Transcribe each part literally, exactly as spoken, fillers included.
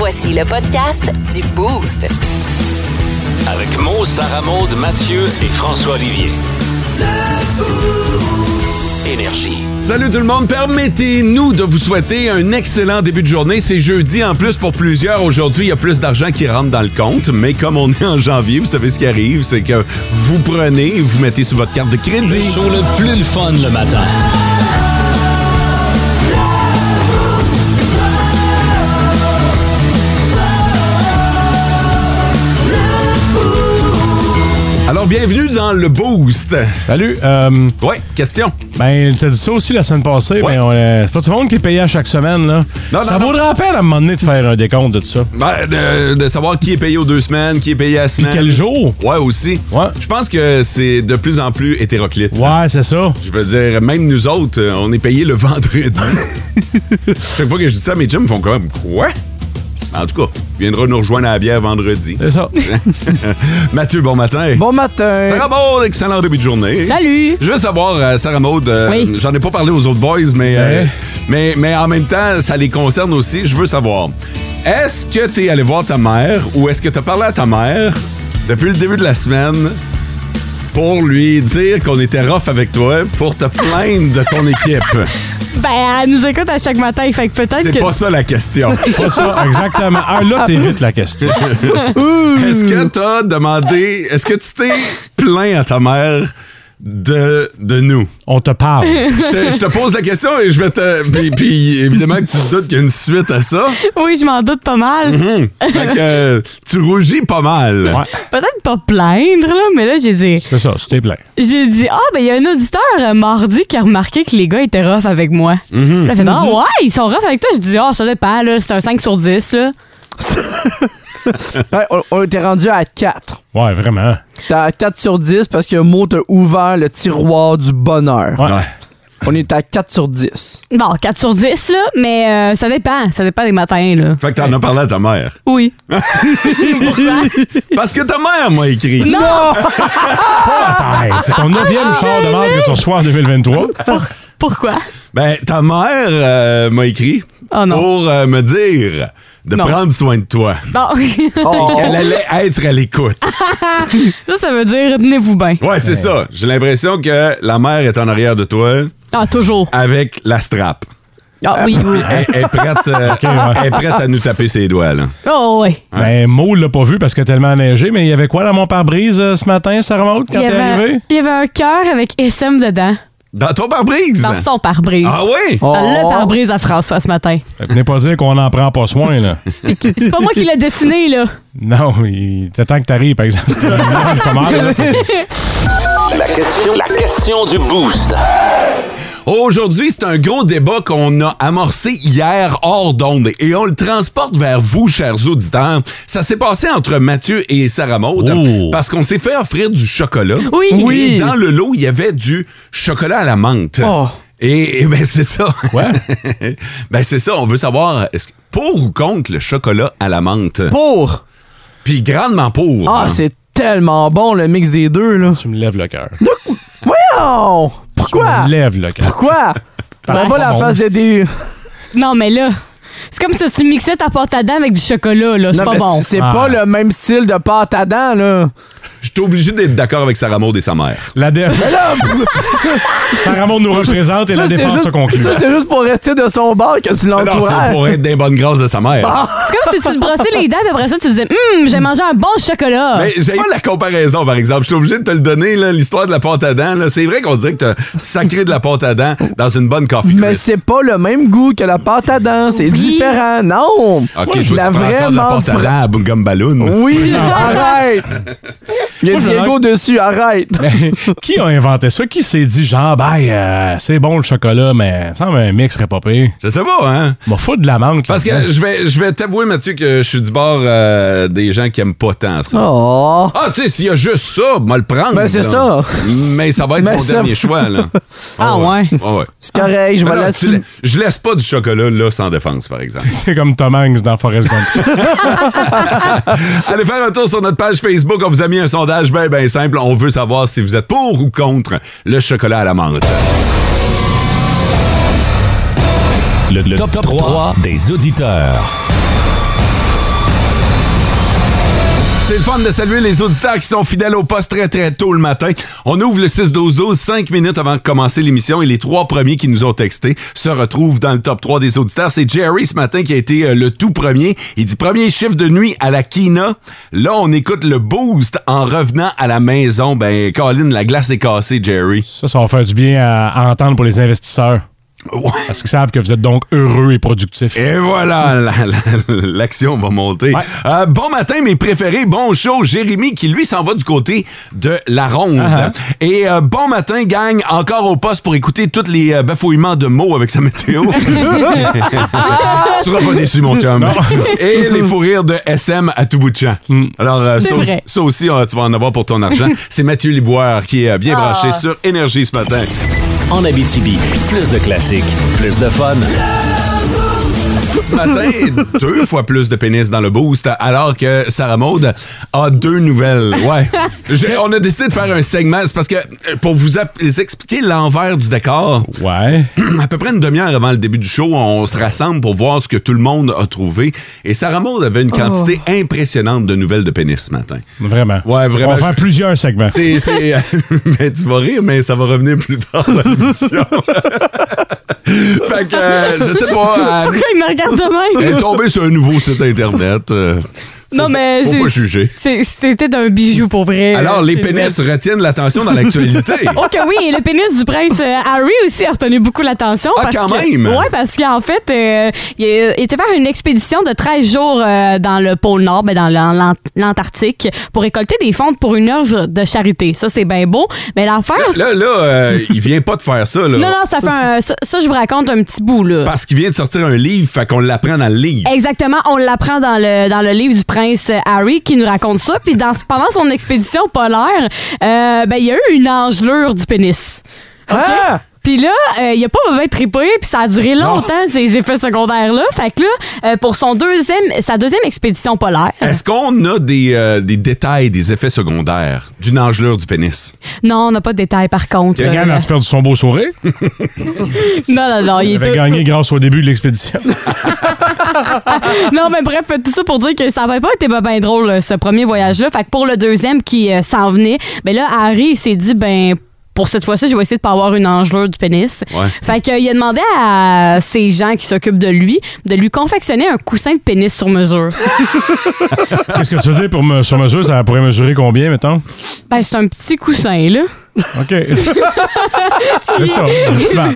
Voici le podcast du Boost. Avec Mo, Sarah Maud, Mathieu et François Olivier. Énergie. Salut tout le monde, permettez-nous de vous souhaiter un excellent début de journée. C'est jeudi en plus pour plusieurs. Aujourd'hui, il y a plus d'argent qui rentre dans le compte, mais comme on est en janvier, vous savez ce qui arrive, c'est que vous prenez, vous mettez sur votre carte de crédit. Le show le plus le fun le matin. Alors, bienvenue dans le Boost. Salut. Euh, ouais, question. Ben, t'as dit ça aussi la semaine passée, ouais. mais on, euh, c'est pas tout le monde qui est payé à chaque semaine, là. Non, ça non, vaudrait non. la peine à un moment donné de faire un décompte de tout ça. Ben, de, de savoir qui est payé aux deux semaines, qui est payé à la semaine. Puis quel jour? Ouais, aussi. Ouais. Je pense que c'est de plus en plus hétéroclite. Ouais, c'est ça. Je veux dire, même nous autres, on est payé le vendredi. Chaque fois que je dis ça, mes chums font comme quoi? En tout cas, il viendra nous rejoindre à la bière vendredi. C'est ça. Mathieu, bon matin. Bon matin. Sarah Maud, excellent début de journée. Salut. Je veux savoir, euh, Sarah Maud, euh, Oui. j'en ai pas parlé aux autres boys, mais, euh, Ouais. mais, mais en même temps, ça les concerne aussi. Je veux savoir, est-ce que t'es allé voir ta mère ou est-ce que t'as parlé à ta mère depuis le début de la semaine pour lui dire qu'on était rough avec toi pour te plaindre de ton équipe? Ben, elle nous écoute à chaque matin, fait que peut-être C'est que... pas ça la question. Pas ça, exactement. Ah, là, t'évites la question. Est-ce que t'as demandé, est-ce que tu t'es plaint à ta mère de, de nous? On te parle. Je te, je te pose la question et je vais te... Puis, puis évidemment que tu te doutes qu'il y a une suite à ça. Oui, je m'en doute pas mal. Hum. Fait que euh, tu rougis pas mal. Ouais, Peut-être pas plaindre, là, mais là, j'ai dit... c'est ça, c'était plein. J'ai dit, ah, ben, il y a un auditeur euh, mardi qui a remarqué que les gars étaient rough avec moi. Mm-hmm. Là, elle fait, ah, ouais, ils sont rough avec toi. Je dis, ah, ça dépend, là, c'est un cinq sur dix, là. Ouais, on, on était rendu à quatre. Ouais, vraiment. T'es à quatre sur dix parce que Mo t'a ouvert le tiroir du bonheur. Ouais. Ouais. On est à quatre sur dix. Bon, quatre sur dix, là, mais euh, ça dépend. Ça dépend des matins, là. Fait que t'en as parlé à ta mère. Oui. Pourquoi? Parce que ta mère m'a écrit. Non! Hey, c'est ton neuvième char de marque que tu reçois en deux mille vingt-trois. Pourquoi? Ben, ta mère euh, m'a écrit Oh non. pour euh, me dire de Non. prendre soin de toi. Bon. Oh. Qu'elle allait être à l'écoute. Ça, ça veut dire, tenez-vous bien. Ouais, c'est ça. J'ai l'impression que la mère est en arrière de toi Ah, toujours. avec la strap. Ah, oui, oui. Elle, elle est prête, euh, ouais. elle est prête à nous taper ses doigts, là. Oh, oui. Ben, Mo l'a pas vu parce que tellement neigé, mais il y avait quoi dans mon pare-brise euh, ce matin, Sarah Maud, quand Il y, t'es avait, arrivé? il y avait un cœur avec S M dedans. Dans ton pare-brise? Dans son pare-brise. Ah oui? Oh. Dans le pare-brise à François ce matin. Fait que venez pas dire qu'on en prend pas soin, là. C'est pas moi qui l'ai dessiné, là. Non, il était temps que t'arrives, par exemple. C'est pas mal, là. La question, la question du Boost. Aujourd'hui, c'est un gros débat qu'on a amorcé hier hors d'onde et on le transporte vers vous, chers auditeurs. Ça s'est passé entre Mathieu et Sarah Maud Oh. parce qu'on s'est fait offrir du chocolat. Oui. Et dans le lot, il y avait du chocolat à la menthe. Oh. Et, et ben c'est ça. Ouais. ben c'est ça, on veut savoir est-ce que pour ou contre le chocolat à la menthe. Pour. Puis grandement pour. Ah, hein. c'est tellement bon le mix des deux, là. Tu me lèves le cœur. Voyons! Pourquoi? Tu me lèves le cœur. Pourquoi? Ça Parce va que la c'est face bon. de des. Non, mais là, c'est comme si tu mixais ta pâte à dents avec du chocolat, là. C'est Non, pas mais bon. C'est Ah. pas le même style de pâte à dents, là. Je suis obligé d'être d'accord avec Sarah Maud et sa mère. La dé... Sarah Maud nous représente et la c'est défense juste, se conclut. ça, c'est juste pour rester de son bord que tu Non, c'est l'encourages. pour être des bonnes grâces de sa mère. C'est comme si tu te brossais les dents, puis après ça, tu disais, hum, j'ai mangé un bon chocolat. Mais j'ai pas la comparaison, par exemple. Je suis obligé de te le donner, là, l'histoire de la pâte à dents. là. C'est vrai qu'on dirait que t'as sacré de la pâte à dents dans une bonne coffee Mais crisp. c'est pas le même goût que la pâte à dents. C'est Oui. différent. Non! OK, je veux la tu prends encore de la vraiment pâte à fra- dents à Boom Balloon. Oui, arrête! Il y a Moi, je Diego dessus, arrête! Mais qui a inventé ça? Qui s'est dit, genre, ben, euh, c'est bon le chocolat, mais il me semble un mix serait pas pire. Je sais pas, hein? M'a foutre de la menthe. Parce que là-dedans. je vais, je vais t'avouer, Mathieu, que je suis du bord euh, des gens qui aiment pas tant ça. Oh! Ah, tu sais, s'il y a juste ça, moi le prendre. Ben, c'est là. ça. Mais ça va être Mais mon ça- dernier choix, là. Ah, ouais. Ah, ouais. C'est correct, je Mais vais non, tu l'assumer. la- je laisse pas du chocolat, là, sans défense, par exemple. C'est comme Tom Hanks dans Forrest Gump. Allez faire un tour sur notre page Facebook. On vous a mis un sondage bien, bien simple. On veut savoir si vous êtes pour ou contre le chocolat à la menthe. Le, le top, top trois des auditeurs. C'est le fun de saluer les auditeurs qui sont fidèles au poste très très tôt le matin. On ouvre le six douze douze, cinq minutes avant de commencer l'émission et les trois premiers qui nous ont texté se retrouvent dans le top trois des auditeurs. C'est Jerry ce matin qui a été euh, le tout premier. Il dit premier chiffre de nuit à la Kina. Là, on écoute le Boost en revenant à la maison. Ben, Colin, la glace est cassée, Jerry. Ça, ça va faire du bien à, à entendre pour les investisseurs. Ouais. Parce qu'ils savent que vous êtes donc heureux et productifs. Et voilà, la, la, l'action va monter. Ouais. Euh, bon matin, mes préférés. Bon show. Jérémy qui, lui, s'en va du côté de la ronde. Uh-huh. Et euh, bon matin, gang, encore au poste pour écouter tous les euh, bafouillements de mots avec sa météo. Tu seras pas déçu, mon chum. Et les fous rires de S M à tout bout de champ. Mm. Alors, euh, ça, aussi, ça aussi, euh, tu vas en avoir pour ton argent. C'est Mathieu Liboire qui est bien branché Ah. sur Énergie ce matin. En Abitibi, plus de classiques, plus de fun. Ce matin, deux fois plus de pénis dans le boost, alors que Sarah Maud a deux nouvelles. Ouais. J'ai- on a décidé de faire un segment. C'est parce que, euh, pour vous ap- expliquer l'envers du décor, Ouais. à peu près une demi-heure avant le début du show, on se rassemble pour voir ce que tout le monde a trouvé. Et Sarah Maud avait une quantité impressionnante de nouvelles de pénis ce matin. Vraiment. Ouais, vraiment. On va faire Je- plusieurs segments. C'est, c'est, mais tu vas rire, mais ça va revenir plus tard dans l'émission. Fait que, euh, je sais pas. euh, Pourquoi il me regarde de Elle même? est tombée sur un nouveau site Internet. euh, Non, faut- mais faut c'est- pas juger. c'est- c'était d'un bijou pour vrai. Alors, les C'est pénis vrai. retiennent l'attention dans l'actualité. Ok, oui, et le pénis du prince euh, Harry aussi a retenu beaucoup l'attention. Ah, parce quand que, même? Ouais, parce qu'en fait, euh, il a été faire une expédition de treize jours euh, dans le pôle Nord, ben, dans l'An- l'Ant- l'Antarctique, pour récolter des fonds pour une œuvre de charité. Ça, c'est bien beau. Mais l'affaire, c'est- Là, là, euh, il vient pas de faire ça, là. Non, non, ça fait un. Ça, ça, je vous raconte un petit bout, là. Parce qu'il vient de sortir un livre, fait qu'on l'apprend dans le livre. Exactement, on l'apprend dans le, dans le livre du prince Harry qui nous raconte ça. Puis dans, pendant son expédition polaire, euh, ben, il y a eu une engelure du pénis. OK? Ah! Puis là, euh, il a pas vraiment trippé, puis ça a duré longtemps, ces effets secondaires-là. Fait que là, euh, pour son deuxième, sa deuxième expédition polaire, Est-ce qu'on a des, euh, des détails, des effets secondaires d'une engelure du pénis? non, on n'a pas de détails par contre. Yann Euh, a-tu perdu son beau sourire? non, non, non, il Il avait était... gagné grâce au début de l'expédition. Non, mais bref, tout ça pour dire que ça n'avait pas été bien ben drôle, euh, ce premier voyage-là. Fait que pour le deuxième qui euh, s'en venait, ben là, Harry, il s'est dit, ben, pour cette fois-ci, je vais essayer de pas avoir une engelure du pénis. Ouais. Fait que, euh, il a demandé à ces gens qui s'occupent de lui de lui confectionner un coussin de pénis sur mesure. Qu'est-ce que tu faisais pour me, sur mesure? Ça pourrait mesurer combien, mettons? Ben, c'est un petit coussin, là. OK. C'est ça, un petit match.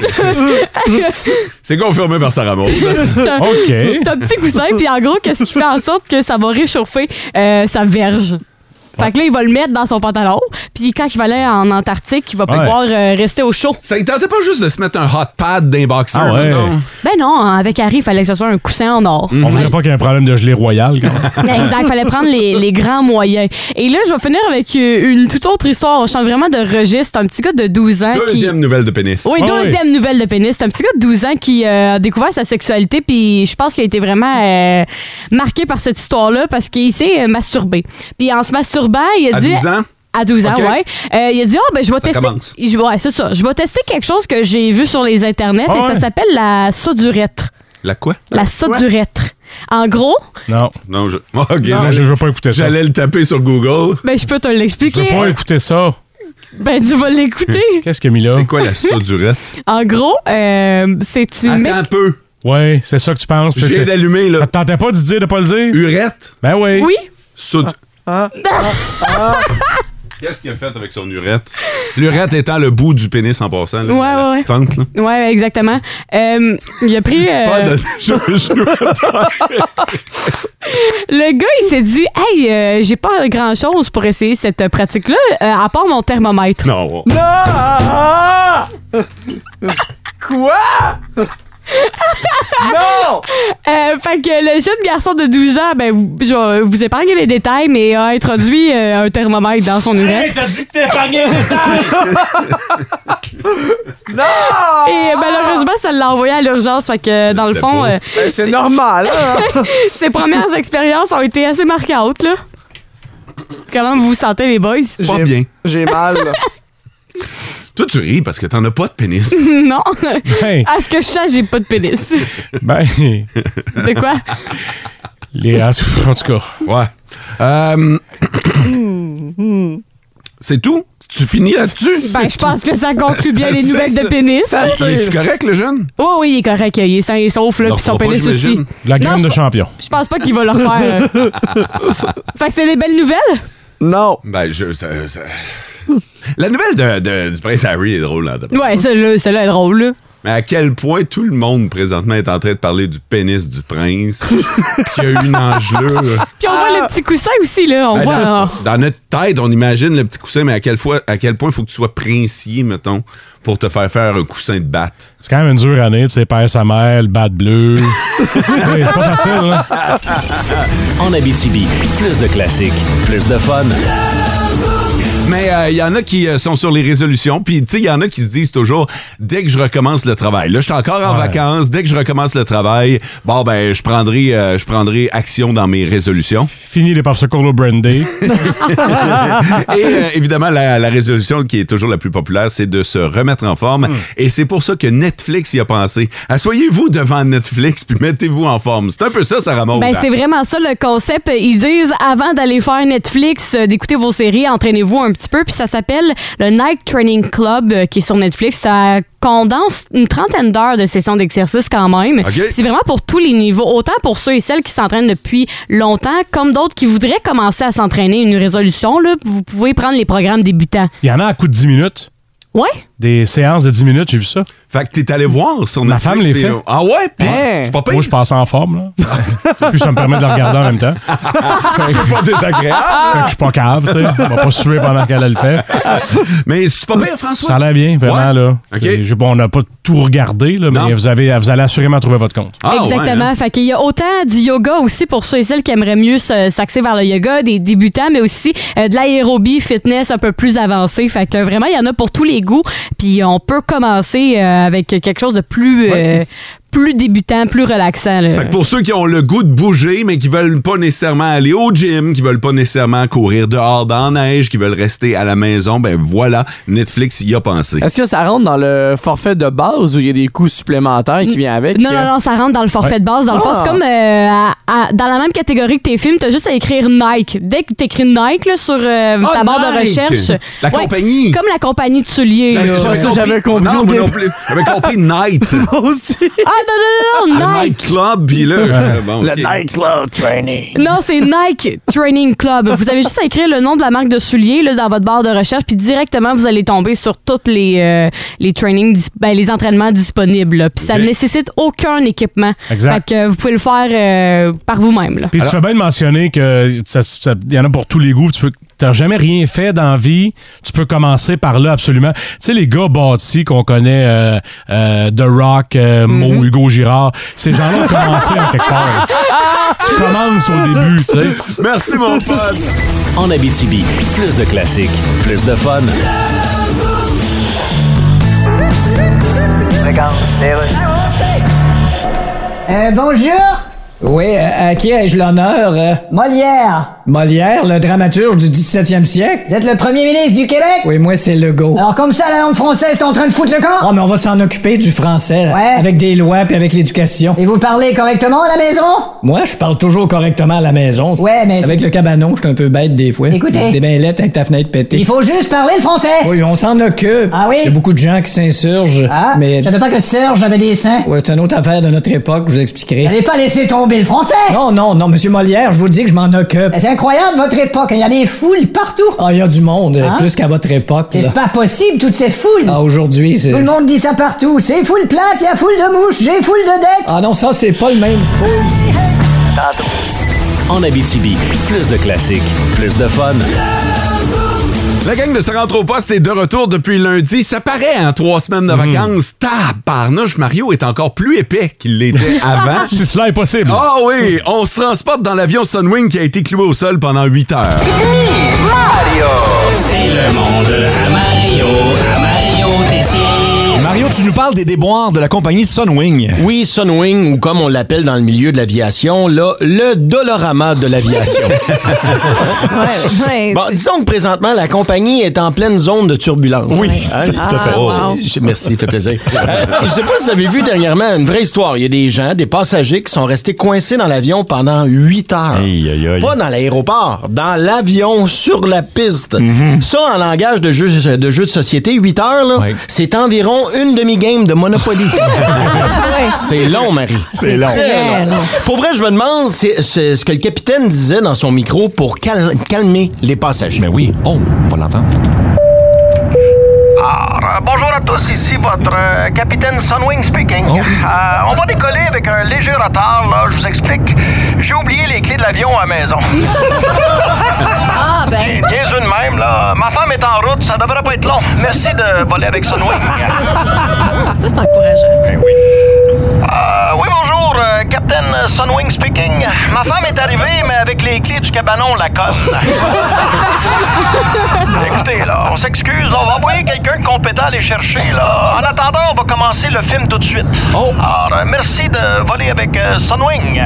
C'est confirmé par Sarah Maud. C'est un, OK. c'est un petit coussin, puis en gros, qu'est-ce qui fait en sorte que ça va réchauffer euh, sa verge. Fait que là, il va le mettre dans son pantalon, puis quand il va aller en Antarctique, il va Ouais. pouvoir euh, rester au chaud. Ça ne tentait pas juste de se mettre un hot pad d'un boxer, Ah ouais. mettons? Ben non, avec Harry, il fallait que ce soit un coussin en or. On voudrait pas qu'il y ait un problème de gelée royale, quand même. Exact, il fallait prendre les, les grands moyens. Et là, je vais finir avec euh, une toute autre histoire. On change vraiment de registre. Un petit gars de douze ans qui... Deuxième nouvelle de pénis. Oui, Ah deuxième nouvelle de pénis. C'est un petit gars de douze ans qui euh, a découvert sa sexualité, puis je pense qu'il a été vraiment euh, marqué par cette histoire-là parce qu'il s'est euh, masturbé. Puis en se masturbant, il a À dit... douze ans? À douze ans, Ok. ouais. Euh, il a dit, ah, ben, je vais Ça tester. commence. Je- Ouais, c'est ça. Je vais tester quelque chose que j'ai vu sur les internets Ah et ouais. ça s'appelle la sodurètre. La quoi? La sodurètre. En gros, Non. Non, je... OK, Non, j'allais- je veux pas écouter ça. J'allais le taper sur Google. ben, je peux te Je l'expliquer. veux pas écouter ça. Ben, tu vas l'écouter. Qu'est-ce qu'il a mis là? C'est quoi la sodurette? En gros, euh, c'est tu mets- Attends un peu. Ouais, c'est ça que tu penses. Je viens peut-être. d'allumer, là. Ça te tentait pas de dire, de pas le dire? Urette? Ben oui. Oui. Sod... Qu'est-ce qu'il a fait avec son urette? L'urette étant le bout du pénis en passant. Là, Ouais, la ouais, petite fente, là. Ouais, exactement. Euh, il a pris. euh, Pas de- je- je- le gars, il s'est dit, hey, euh, j'ai pas grand chose pour essayer cette pratique-là, euh, à part mon thermomètre. Non. Ah! Quoi? Non! Euh, fait que le jeune garçon de douze ans, ben, vous, je vais vous épargner les détails, mais a introduit euh, un thermomètre dans son urette. t'as dit que t'épargnais les détails! Non! Et euh, malheureusement, ça l'a envoyé à l'urgence. Fait que dans le C'est fond, beau. euh, Ben, c'est normal, hein? ses premières expériences ont été assez marquantes, là. Comment vous vous sentez, les boys? Pas J'ai- bien. J'ai mal. Toi, tu ris parce que t'en as pas de pénis. Non. Hey, À ce que je sache, j'ai pas de pénis. ben, De quoi? les... En tout cas, Ouais. Euh... C'est tout? Tu finis là-dessus? Ben, je pense que ça conclut bien les nouvelles de pénis. Es-tu correct, le jeune? Oh oui, il est correct. Il est sain et sauf, là, puis son pas, pénis aussi. j'imagine. La graine Non, de je- champion. Je pense pas qu'il va le refaire. euh. Fait que c'est des belles nouvelles? Non. Ben, je... Ça, ça... La nouvelle de, de- du prince Harry est drôle, là. Ouais, celle-là, celle-là est drôle, là. Mais à quel point tout le monde, présentement, est en train de parler du pénis du prince, qui a eu une engelure. Puis on voit le petit coussin aussi, là. On Ben, voit... dans, euh, dans notre tête, on imagine le petit coussin, mais à quel, fois, à quel point il faut que tu sois princier, mettons, pour te faire faire un coussin de batte. C'est quand même une dure année, tu sais, père sa mère, le bat bleu. C'est pas facile, hein? En Abitibi, plus de classiques, plus de fun. Mais il euh, y en a qui euh, sont sur les résolutions, puis tu sais, il y en a qui se disent toujours, dès que je recommence le travail, là, je suis encore en Ouais. vacances, dès que je recommence le travail, bon, ben, je prendrai, euh, je prendrai action dans mes résolutions. Fini les popsicles au brandy. Et euh, évidemment, la, la résolution qui est toujours la plus populaire, c'est de se remettre en forme. Mm. Et c'est pour ça que Netflix y a pensé. Asseyez-vous devant Netflix, puis mettez-vous en forme. C'est un peu ça, Sarah Maud. Ben, c'est vraiment ça le concept. Ils disent, avant d'aller faire Netflix, euh, d'écouter vos séries, entraînez-vous un petit peu. Puis ça s'appelle le Nike Training Club, euh, qui est sur Netflix. Ça condense une trentaine d'heures de sessions d'exercice quand même. Okay. Puis c'est vraiment pour tous les niveaux. Autant pour ceux et celles qui s'entraînent depuis longtemps, comme d'autres qui voudraient commencer à s'entraîner. Une résolution, là, vous pouvez prendre les programmes débutants. Il y en a à coup de dix minutes. Ouais? Des séances de dix minutes, j'ai vu ça. Fait que t'es allé voir sur Ma Netflix. femme les puis- fait. Ah ouais? Puis, Hey. c'est pas pire. Moi, je passe en forme, là. Puis ça me permet de la regarder en même temps. C'est pas désagréable. Fait que je suis pas cave, tu sais. On va pas suer pendant qu'elle le fait. Mais c'est pas pire, François? Ça a l'air bien, vraiment, Ouais. là. OK. Et je- bon, on n'a pas tout regardé, là, Non. mais vous, avez, vous allez assurément trouver votre compte. Ah, ouais, Exactement. hein? Fait qu'il y a autant du yoga aussi pour ceux et celles qui aimeraient mieux se- s'axer vers le yoga, des débutants, mais aussi euh, de l'aérobie, fitness un peu plus avancé. Fait que vraiment, il y en a pour tous les goûts. Puis on peut commencer euh, avec quelque chose de plus, euh, plus débutant, plus relaxant. Là. Fait que pour ceux qui ont le goût de bouger, mais qui veulent pas nécessairement aller au gym, qui veulent pas nécessairement courir dehors dans la neige, qui veulent rester à la maison, ben voilà, Netflix y a pensé. Est-ce que ça rentre dans le forfait de base ou il y a des coûts supplémentaires qui viennent avec? Non, non, non, ça rentre dans le forfait Ouais. de base. Dans le fond, Ah. c'est comme euh, à- à- dans la même catégorie que tes films, t'as juste à écrire Nike. Dès que t'écris Nike là, sur euh, Ah, ta barre de Nike! recherche. La ouais, compagnie! Comme la compagnie de souliers. Ben, là. j'avais Ça, j'avais compris Non, au moi non début. plus. J'avais compris Night. Moi aussi. Ah, non, non, non, Le Nike! Night Club, puis là, je- bon, Le ok. Nike Club Training. Non, c'est Nike Training Club. Vous avez juste à écrire le nom de la marque de souliers là, dans votre barre de recherche, puis directement, vous allez tomber sur tous les, euh, les trainings, dis- ben, les entraînements disponibles. là. Puis ça Ok. ne nécessite aucun équipement. Exact. Fait que vous pouvez le faire euh, par vous-même. là. Puis tu fais bien de mentionner que ça- ça- il y en a pour tous les goûts. Tu peux, t'as jamais rien fait dans la vie, tu peux commencer par là absolument. Tu sais, les gars bâtis qu'on connaît, euh, euh, The Rock, euh, Mo, Hugo Girard, ces gens-là ont commencé en quelque part. Tu commences au début, tu sais. Merci, mon pote. En Abitibi, plus de classiques, plus de fun. Euh, bonjour, Oui, à à qui ai-je l'honneur? euh? Molière. Molière, le dramaturge du dix-septième siècle? Vous êtes le premier ministre du Québec? Oui, moi, c'est Legault. Alors comme ça, la langue française est en train de foutre le camp? Ah, mais on va s'en occuper du français, là. Ouais. Avec des lois puis avec l'éducation. Et vous parlez correctement à la maison? Moi, je parle toujours correctement à la maison. Ouais, mais Avec c'est- le cabanon, je suis un peu bête des fois. Écoutez. C'est bien lettre avec ta fenêtre pétée. Il faut juste parler le français. Oui, on s'en occupe. Ah oui? Il y a beaucoup de gens qui s'insurgent. Ah, mais... je savais pas que Serge avait des seins. Ouais, c'est une autre affaire de notre époque, je vous expliquerai. N'allez pas laisser tomber le français. Non, non, non, monsieur Molière, je vous dis que je m'en occupe. C'est incroyable votre époque, il y a des foules partout. Ah, il y a du monde, euh, Hein? plus qu'à votre époque, C'est là. pas possible, toutes ces foules. Ah, aujourd'hui, c'est... Tout le monde dit ça partout. C'est foule plate, il y a foule de mouches, j'ai foule de deck. Ah non, ça, c'est pas le même fou. En Abitibi, plus de classiques, plus de fun. La gang de Se rentre au poste est de retour depuis lundi. Ça paraît, en trois semaines de vacances. Tabarnouche, Mario est encore plus épais qu'il l'était avant. Si cela est possible. Ah oui, on se transporte dans l'avion Sunwing qui a été cloué au sol pendant huit heures. C'est le monde à Mario, à Mario Tessier. Mario tu nous parles des déboires de la compagnie Sunwing. Oui, Sunwing, ou comme on l'appelle dans le milieu de l'aviation, là, le Dolorama de l'aviation. ouais, ouais, bon, disons que présentement, la compagnie est en pleine zone de turbulence. Oui, hein? tout à fait. Ah, wow. je, merci, ça fait plaisir. euh, je sais pas si vous avez vu dernièrement une vraie histoire. Il y a des gens, des passagers qui sont restés coincés dans l'avion pendant huit heures. Aïe, aïe, aïe. Pas dans l'aéroport, dans l'avion, sur la piste. Mm-hmm. Ça, en langage de jeu de, jeu de société, huit heures, là, ouais. c'est environ une demi-game de Monopoly. ouais. C'est long, Marie. C'est, c'est long. Très long. Pour vrai, je me demande c'est, c'est ce que le capitaine disait dans son micro pour cal- calmer les passagers. Mais oui. Oh, on va l'entendre. Alors, bonjour à tous, ici votre euh, capitaine Sunwing speaking. Oh. Euh, on va décoller avec un léger retard, là, je vous explique. J'ai oublié les clés de l'avion à la maison. ah, ben. Bien sûr de même, là. Ma femme est en route, ça devrait pas être long. Merci de voler avec Sunwing. ah, ça, c'est encourageant. Ben oui. Euh, oui, bonjour, euh, Captain Sunwing speaking. Ma femme est arrivée, mais avec les clés du cabanon, la conne. Écoutez, là, on s'excuse, là, on va envoyer quelqu'un de compétent à les chercher, là. En attendant, on va commencer le film tout de suite. Oh! Alors, euh, merci de voler avec euh, Sunwing.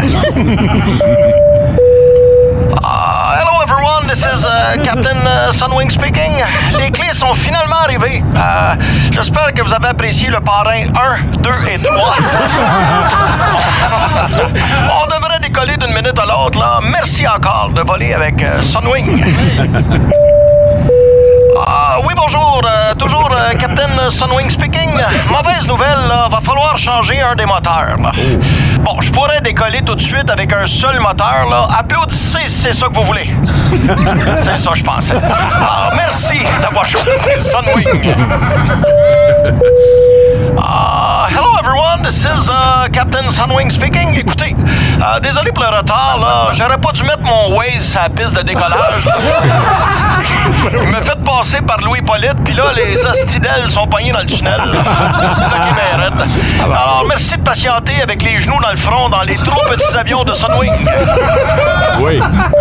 Uh, hello everyone, this is uh, Captain uh, Sunwing speaking. Les clés sont finalement arrivées. Uh, j'espère que vous avez apprécié le parrain un, deux et trois. On devrait décoller d'une minute à l'autre, là. Merci encore de voler avec uh, Sunwing. Ah, oui, bonjour. Euh, toujours euh, Captain Sunwing speaking. Mauvaise nouvelle, là. Va falloir changer un des moteurs, là. Bon, je pourrais décoller tout de suite avec un seul moteur, là. Applaudissez si c'est ça que vous voulez. C'est ça, je pensais. Ah, merci d'avoir choisi Sunwing. Ah, hello everyone, this is uh, Captain Sunwing speaking. Écoutez, euh, désolé pour le retard, là. J'aurais pas dû mettre mon Waze sur la piste de décollage. Il m'a fait passer par Louis-Polyte, puis là, les hostidelles sont pognés dans le tunnel. Là qui m'arrête. Alors, merci de patienter avec les genoux dans le front dans les trop petits avions de Sunwing. Oui.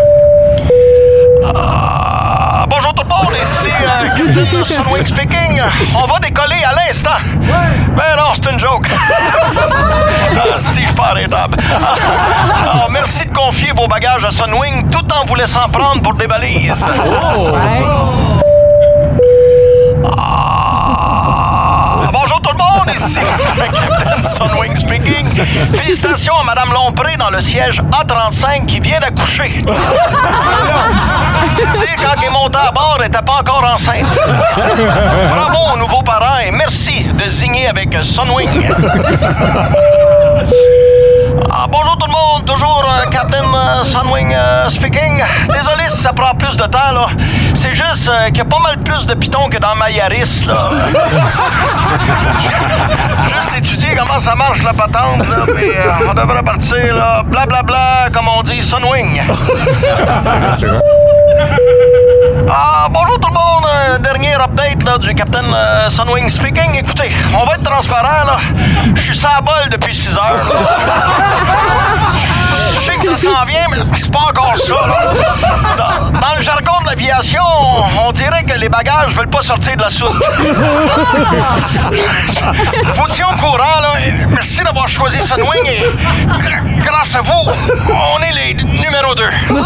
Ah, bonjour tout le monde, ici euh, Captain Sunwing speaking. On va décoller à l'instant. Ben non, c'est une joke. Ah, Steve, je suis pas arrêtable. Alors, merci de confier vos bagages à Sunwing tout en vous laissant prendre pour des balises. Oh. Ah, bonjour tout le monde, ici Captain Sunwing speaking. Félicitations à Madame Lompré dans le siège A trente-cinq qui vient d'accoucher. C'est dire, quand elle est montée à bord, elle n'était pas encore enceinte. Bravo aux nouveaux parents et merci de signer avec Sunwing. Ah, bonjour tout le monde, toujours euh, Captain euh, Sunwing euh, speaking. Désolé si ça prend plus de temps, là. C'est juste euh, qu'il y a pas mal plus de pitons que dans ma Yaris, là. Juste étudier comment ça marche la patente, là, puis euh, on devrait partir, là, blablabla, bla, bla, comme on dit, Sunwing. Ah, bonjour tout le monde, euh, dernier update là, du Captain euh, Sunwing speaking. Écoutez, on va être transparent, là. Je suis sur la bolle depuis six heures. Je sais que ça s'en vient, mais c'est pas encore ça, là. Dans, dans le jargon de l'aviation, on, on dirait que les bagages veulent pas sortir de la soupe. Je vous tiens au courant, là. Merci d'avoir choisi Sunwing et grâce à vous, on est les numéro deux.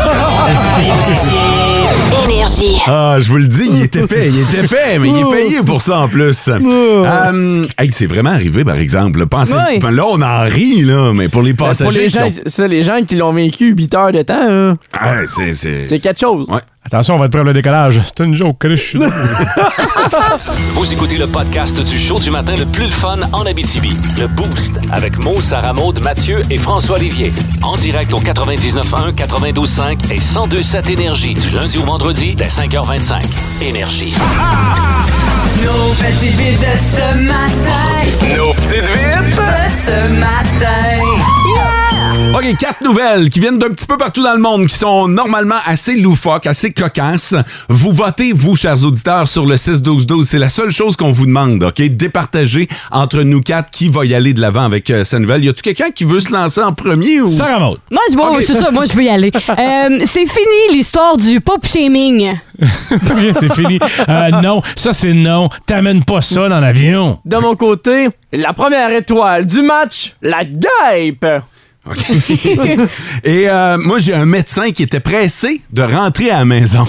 Énergie. Ah, je vous le dis, il est épais, il est épais, mais il est payé pour ça en plus. Um, hey, c'est vraiment arrivé, par exemple. Pensez, oui. Là, on en rit, là, mais pour les passagers... Pour les gens, ça, les gens qui l'ont vécu huit heures de temps, hein, ah, c'est, c'est... c'est quelque chose. Ouais. Attention, on va être prêt pour le décollage. C'est une joke, je suis Vous écoutez le podcast du show du matin le plus le fun en Abitibi. Le Boost avec Mo, Sarah Maud, Mathieu et François Olivier. En direct au quatre-vingt-dix-neuf un, quatre-vingt-douze cinq et cent deux sept Énergie du lundi au vendredi dès cinq heures vingt-cinq. Énergie. Nos petites vites de ce matin. Nos petites vites de ce matin. Yeah! OK, quatre nouvelles qui viennent d'un petit peu partout dans le monde, qui sont normalement assez loufoques, assez cocasses. Vous votez, vous, chers auditeurs, sur le six douze douze. C'est la seule chose qu'on vous demande, OK? Départager entre nous quatre qui va y aller de l'avant avec euh, cette nouvelle. Y a-tu quelqu'un qui veut se lancer en premier? Ou... Sarah Maud. Moi, je, okay. c'est ça, moi, je veux y aller. Euh, c'est fini l'histoire du pop shaming. Oui, c'est fini. Euh, non, ça, c'est non. T'amènes pas ça dans l'avion. De mon côté, la première étoile du match, la guêpe. Okay. Et euh, moi, j'ai un médecin qui était pressé de rentrer à la maison.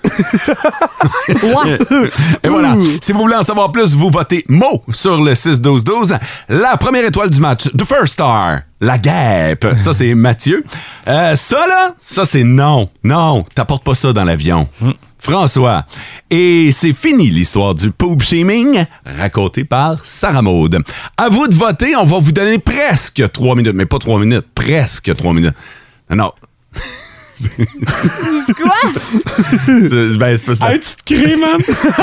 Et voilà. Si vous voulez en savoir plus, vous votez mot sur le six douze douze. La première étoile du match, The First Star, la guêpe. Ça, c'est Mathieu. Euh, ça, là, ça, c'est non. Non, t'apportes pas ça dans l'avion. Mm. François. Et c'est fini l'histoire du poop shaming raconté par Sarah Maud. À vous de voter, on va vous donner presque trois minutes, mais pas trois minutes, presque trois minutes. Non, non. Quoi? C'est, ben, c'est pas ça. Hey, tu te cries, man.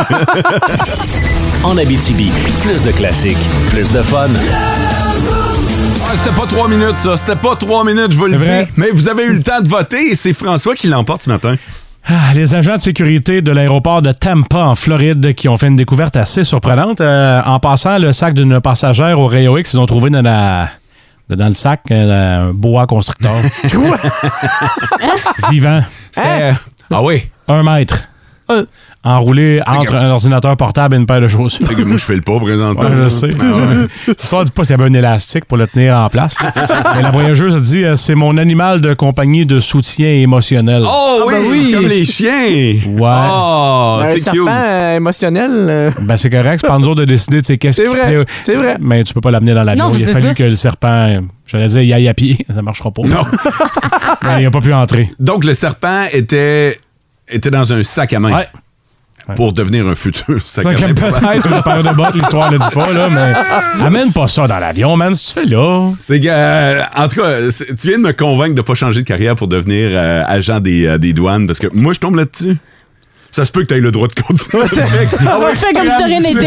En Abitibi, plus de classiques, plus de fun. Ah, c'était pas trois minutes, ça. C'était pas trois minutes, je vous le dis. Mais vous avez eu le temps de voter et c'est François qui l'emporte ce matin. Ah, les agents de sécurité de l'aéroport de Tampa, en Floride, qui ont fait une découverte assez surprenante. Euh, en passant le sac d'une passagère au Rayon X, ils ont trouvé dans, la, dans le sac euh, un boa constructeur. Quoi? Vivant. C'était... Hein? Ah oui? Un mètre. Euh. Enroulé c'est entre que... un ordinateur portable et une paire de chaussures. C'est que moi, je fais le pas présentement. Ouais, je sais. L'histoire ne dit pas s'il y avait un élastique pour le tenir en place. Mais la voyageuse a dit euh, c'est mon animal de compagnie de soutien émotionnel. Oh ah, oui, ben oui, comme les chiens. Ouais. Oh, un c'est serpent cute. Euh, émotionnel. Euh... Ben c'est correct. C'est pas nous autres de décider de qu'est-ce c'est qui vrai, plaît. C'est vrai. Mais tu peux pas l'amener dans l'avion. Non, il a fallu ça. que le serpent, j'allais dire, il aille à pied. Ça marchera pas. Non. Mais il a pas pu entrer. Donc le serpent était, était dans un sac à main. Ouais. Pour devenir un futur sac à main. Peut-être une paire de bottes, l'histoire ne le dit pas, là, mais amène pas ça dans l'avion, man, si tu fais là. C'est que, euh, en tout cas, tu viens de me convaincre de ne pas changer de carrière pour devenir euh, agent des, euh, des douanes, parce que moi, je tombe là-dessus. Ça se peut que tu aies le droit de continuer. Ah ouais, fais comme si tu rien n'était.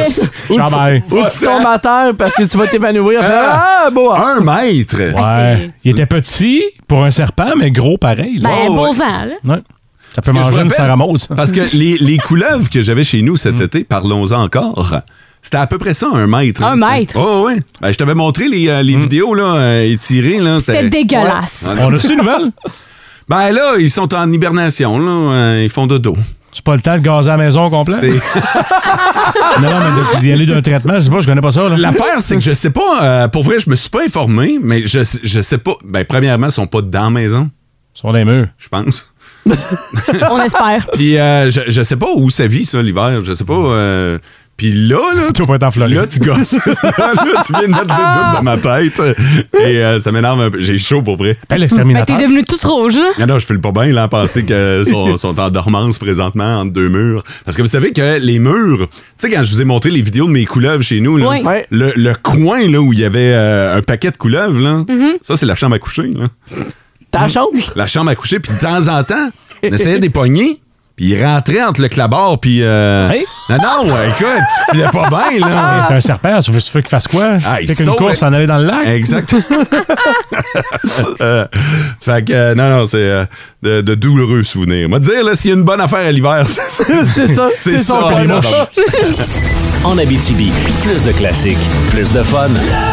Ou tu tombes à terre parce que tu vas t'évanouir. Ah, bon. Un mètre. Ouais. Il était petit pour un serpent, mais gros pareil. Ben, oh, beau ouais. sang, là. Ouais. Ça peut manger une Sarah Maud, ça. Parce que les, les couleuvres que j'avais chez nous cet été, parlons-en encore, c'était à peu près ça, un mètre. Un hein, mètre? Oh, oui. Ben, je t'avais montré les, euh, les mm. vidéos là, euh, étirées. Là, c'était... c'était dégueulasse. Ouais. On a-tu une nouvelle? Ben là, ils sont en hibernation. Là, euh, ils font dodo. C'est pas le temps de gazer à la maison au complet? C'est... non, non, mais d'y aller d'un traitement, je sais pas, je connais pas ça. Là. L'affaire, c'est que je sais pas, euh, pour vrai, je me suis pas informé, mais je, je sais pas. Ben, premièrement, ils sont pas dans la maison. Ils sont dans les murs. Je pense. On espère. Puis euh, je, je sais pas où ça vit, ça, l'hiver. Je sais pas. Euh, Puis là, là, tu vas pas être en Floride. Là, tu gosses. là, tu viens de mettre des doutes dans ma tête. Et euh, ça m'énerve un peu. J'ai chaud pour vrai. Ben, l'exterminateur. Ben, t'es devenu toute rouge, là. Ah non, je file pas bien, là, à penser qu'ils sont, sont en dormance présentement entre deux murs. Parce que vous savez que les murs, tu sais, quand je vous ai montré les vidéos de mes couleuvres chez nous, là, oui. le, le coin là, où il y avait euh, un paquet de couleuvres, là, mm-hmm. ça, c'est la chambre à coucher. Là. Ta chambre? La chambre à coucher. Puis de temps en temps, on essayait des poignées. Puis il rentrait entre le clabard, puis... Euh... Hey? Non, non, ouais, écoute, tu filais pas bien, là. T'es un serpent, tu veux qu'il fasse quoi? Ah, fait qu'une course, en aller dans le lac? Exact. euh, fait que, euh, non, non, c'est euh, de, de douloureux souvenirs. Moi, te dire, là, s'il y a une bonne affaire à l'hiver, c'est, c'est ça, c'est, c'est ça. Pas les mouches. En Abitibi, plus de classiques, plus de fun.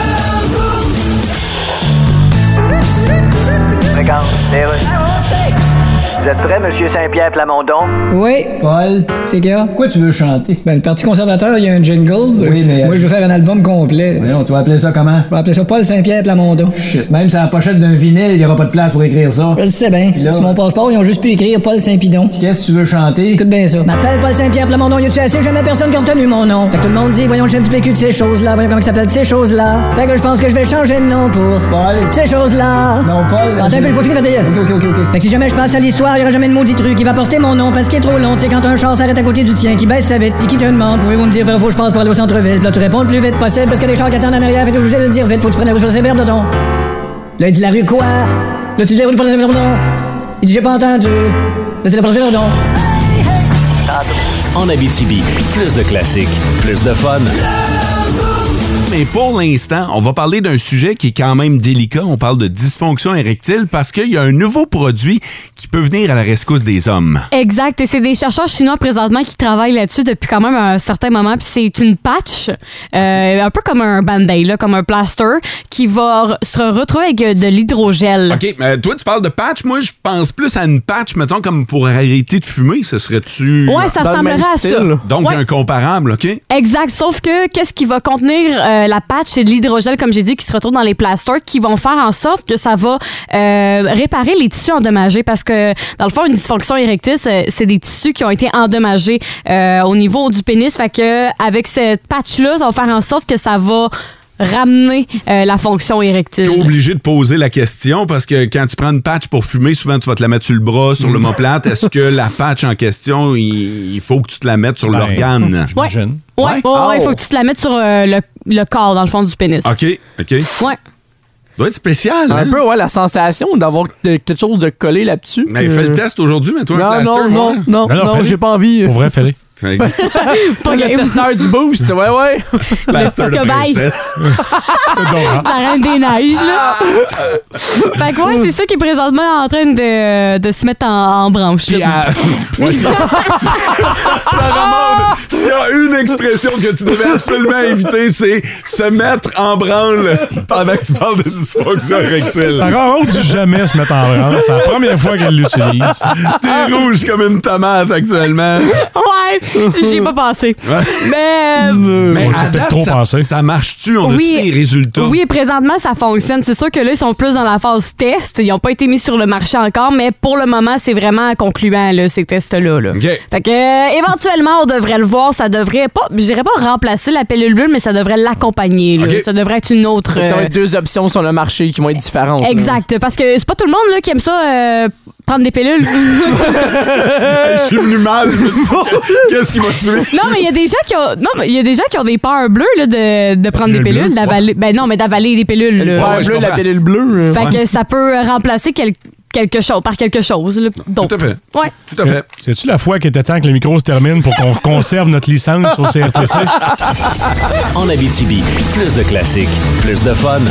Regarde, les rues. Vous êtes prêt, M. Saint-Pierre Plamondon? Oui. Paul, c'est qu'il y a? Pourquoi tu veux chanter? Ben, le Parti conservateur, il y a un jingle. Oui, mais... Moi, je veux faire un album complet. Voyons, tu vas appeler ça comment? Je vais appeler ça Paul Saint-Pierre Plamondon. Shit, même sur la pochette d'un vinyle, il n'y aura pas de place pour écrire ça. Je le sais bien. Là... Sur mon passeport, ils ont juste pu écrire Paul Saint-Pidon. Qu'est-ce que tu veux chanter? Écoute bien ça. M'appelle Paul Saint-Pierre Plamondon, y a-tu assez? Jamais personne qui a retenu mon nom. Fait que tout le monde dit, voyons le chef du P Q de ces choses-là, voyons comment il s'appelle de ces choses-là. Fait que je pense que je vais changer de nom pour Paul. Ces choses-là. Non, Paul. Attends un peu, j'ai pas fini de dire. Ok, ok, ok, ok. Fait que si jamais je passe à l'histoire, y aura jamais de maudit truc qui va porter mon nom parce qu'il est trop long. Tu sais, quand un char s'arrête à côté du tien, qui baisse sa vitre, pis qui te demande, pouvez-vous me dire par où je passe pour aller au centre-ville? Pis là, tu réponds le plus vite possible parce que les chars qui attendent en arrière, fait obligé de le dire vite. Faut que tu prennes la route sur ces verbes de don. Là, il dit la rue quoi? Là, tu dis la rue pour le pardon. Il dit j'ai pas entendu. Là, c'est la prochaine pardon. En Abitibi, plus de classiques, plus de fun. mais pour l'instant, on va parler d'un sujet qui est quand même délicat. On parle de dysfonction érectile parce qu'il y a un nouveau produit qui peut venir à la rescousse des hommes. Exact. Et c'est des chercheurs chinois présentement qui travaillent là-dessus depuis quand même un certain moment. Puis c'est une patch, euh, un peu comme un band-aid, là, comme un plaster, qui va re- se retrouver avec de l'hydrogel. OK, mais toi, tu parles de patch. Moi, je pense plus à une patch, mettons, comme pour arrêter de fumer. Ce serait-tu... Ouais, ça ressemblerait à ça. Donc, Ouais. un comparable, OK? Exact. Sauf que qu'est-ce qui va contenir euh, la patch? C'est de l'hydrogel, comme j'ai dit, qui se retrouve dans les plasters, qui vont faire en sorte que ça va euh, réparer les tissus endommagés. Parce que, dans le fond, une dysfonction érectile, c'est, c'est des tissus qui ont été endommagés euh, au niveau du pénis. Fait que avec cette patch-là, ça va faire en sorte que ça va ramener euh, la fonction érectile. T'es obligé de poser la question parce que quand tu prends une patch pour fumer, souvent tu vas te la mettre sur le bras, sur l'omoplate. Est-ce que la patch en question, il, il faut que tu te la mettes sur Ben, l'organe? Ouais. Ouais, ouais, ouais, Oh. il faut que tu te la mettes sur euh, le, le corps, dans le fond du pénis. OK, OK. Ouais. Doit être spécial, Un hein? peu, ouais, la sensation d'avoir de- quelque chose de collé là-dessus. Mais fais le test aujourd'hui, mets-toi non, un plaster. non, non, ouais. non, non, non, j'ai pas envie. Pour vrai, fallait. Pas le testeur du boost, ouais, ouais. Plaster de cobaye. princesse. La reine des neiges, là. Fait que ouais, c'est ça qui est présentement en train de, de se mettre en, en branche. Puis là. à- Ouais, ça, ça remonte. S'il y a une expression que tu devais absolument éviter, c'est se mettre en branle pendant que tu parles de dysfonction érectile. Ça remonte du jamais se mettre en branle. C'est la première fois qu'elle l'utilise. T'es rouge comme une tomate actuellement. Ouais, j'y ai pas pensé. Mais. euh, Mais Ouais, tu as à peut-être date, trop ça, pensé. ça marche-tu? On Oui. a-tu des résultats? Oui, présentement, ça fonctionne. C'est sûr que là, ils sont plus dans la phase test. Ils n'ont pas été mis sur le marché encore, mais pour le moment, c'est vraiment concluant, là, ces tests-là. Là. OK. Fait que, euh, éventuellement, on devrait le voir. Ça devrait pas, je dirais pas remplacer la pilule bleue, mais ça devrait l'accompagner. là. OK. Ça devrait être une autre. Ça va euh, être deux options sur le marché qui vont être différentes. Exact. Parce que c'est pas tout le monde là, qui aime ça, euh, prendre des pilules. Je suis venu mal. Je me suis dit, qu'est-ce qui m'a tué? Non, mais il y a des gens qui ont, non, mais il y a des gens qui ont des peurs bleues là, de, de prendre des Pilule pilules, bleue? d'avaler. Ben non, mais d'avaler des pilules. Le là. père ouais, je bleu, la comprends. pilule bleue. Fait que ça peut remplacer quel- quelque chose par quelque chose là, d'autre. Tout à fait. Ouais. Tout à fait. C'est-tu la fois qu'il était temps que le micro se termine pour qu'on conserve notre licence au C R T C? En Abitibi, plus de classiques, plus de fun.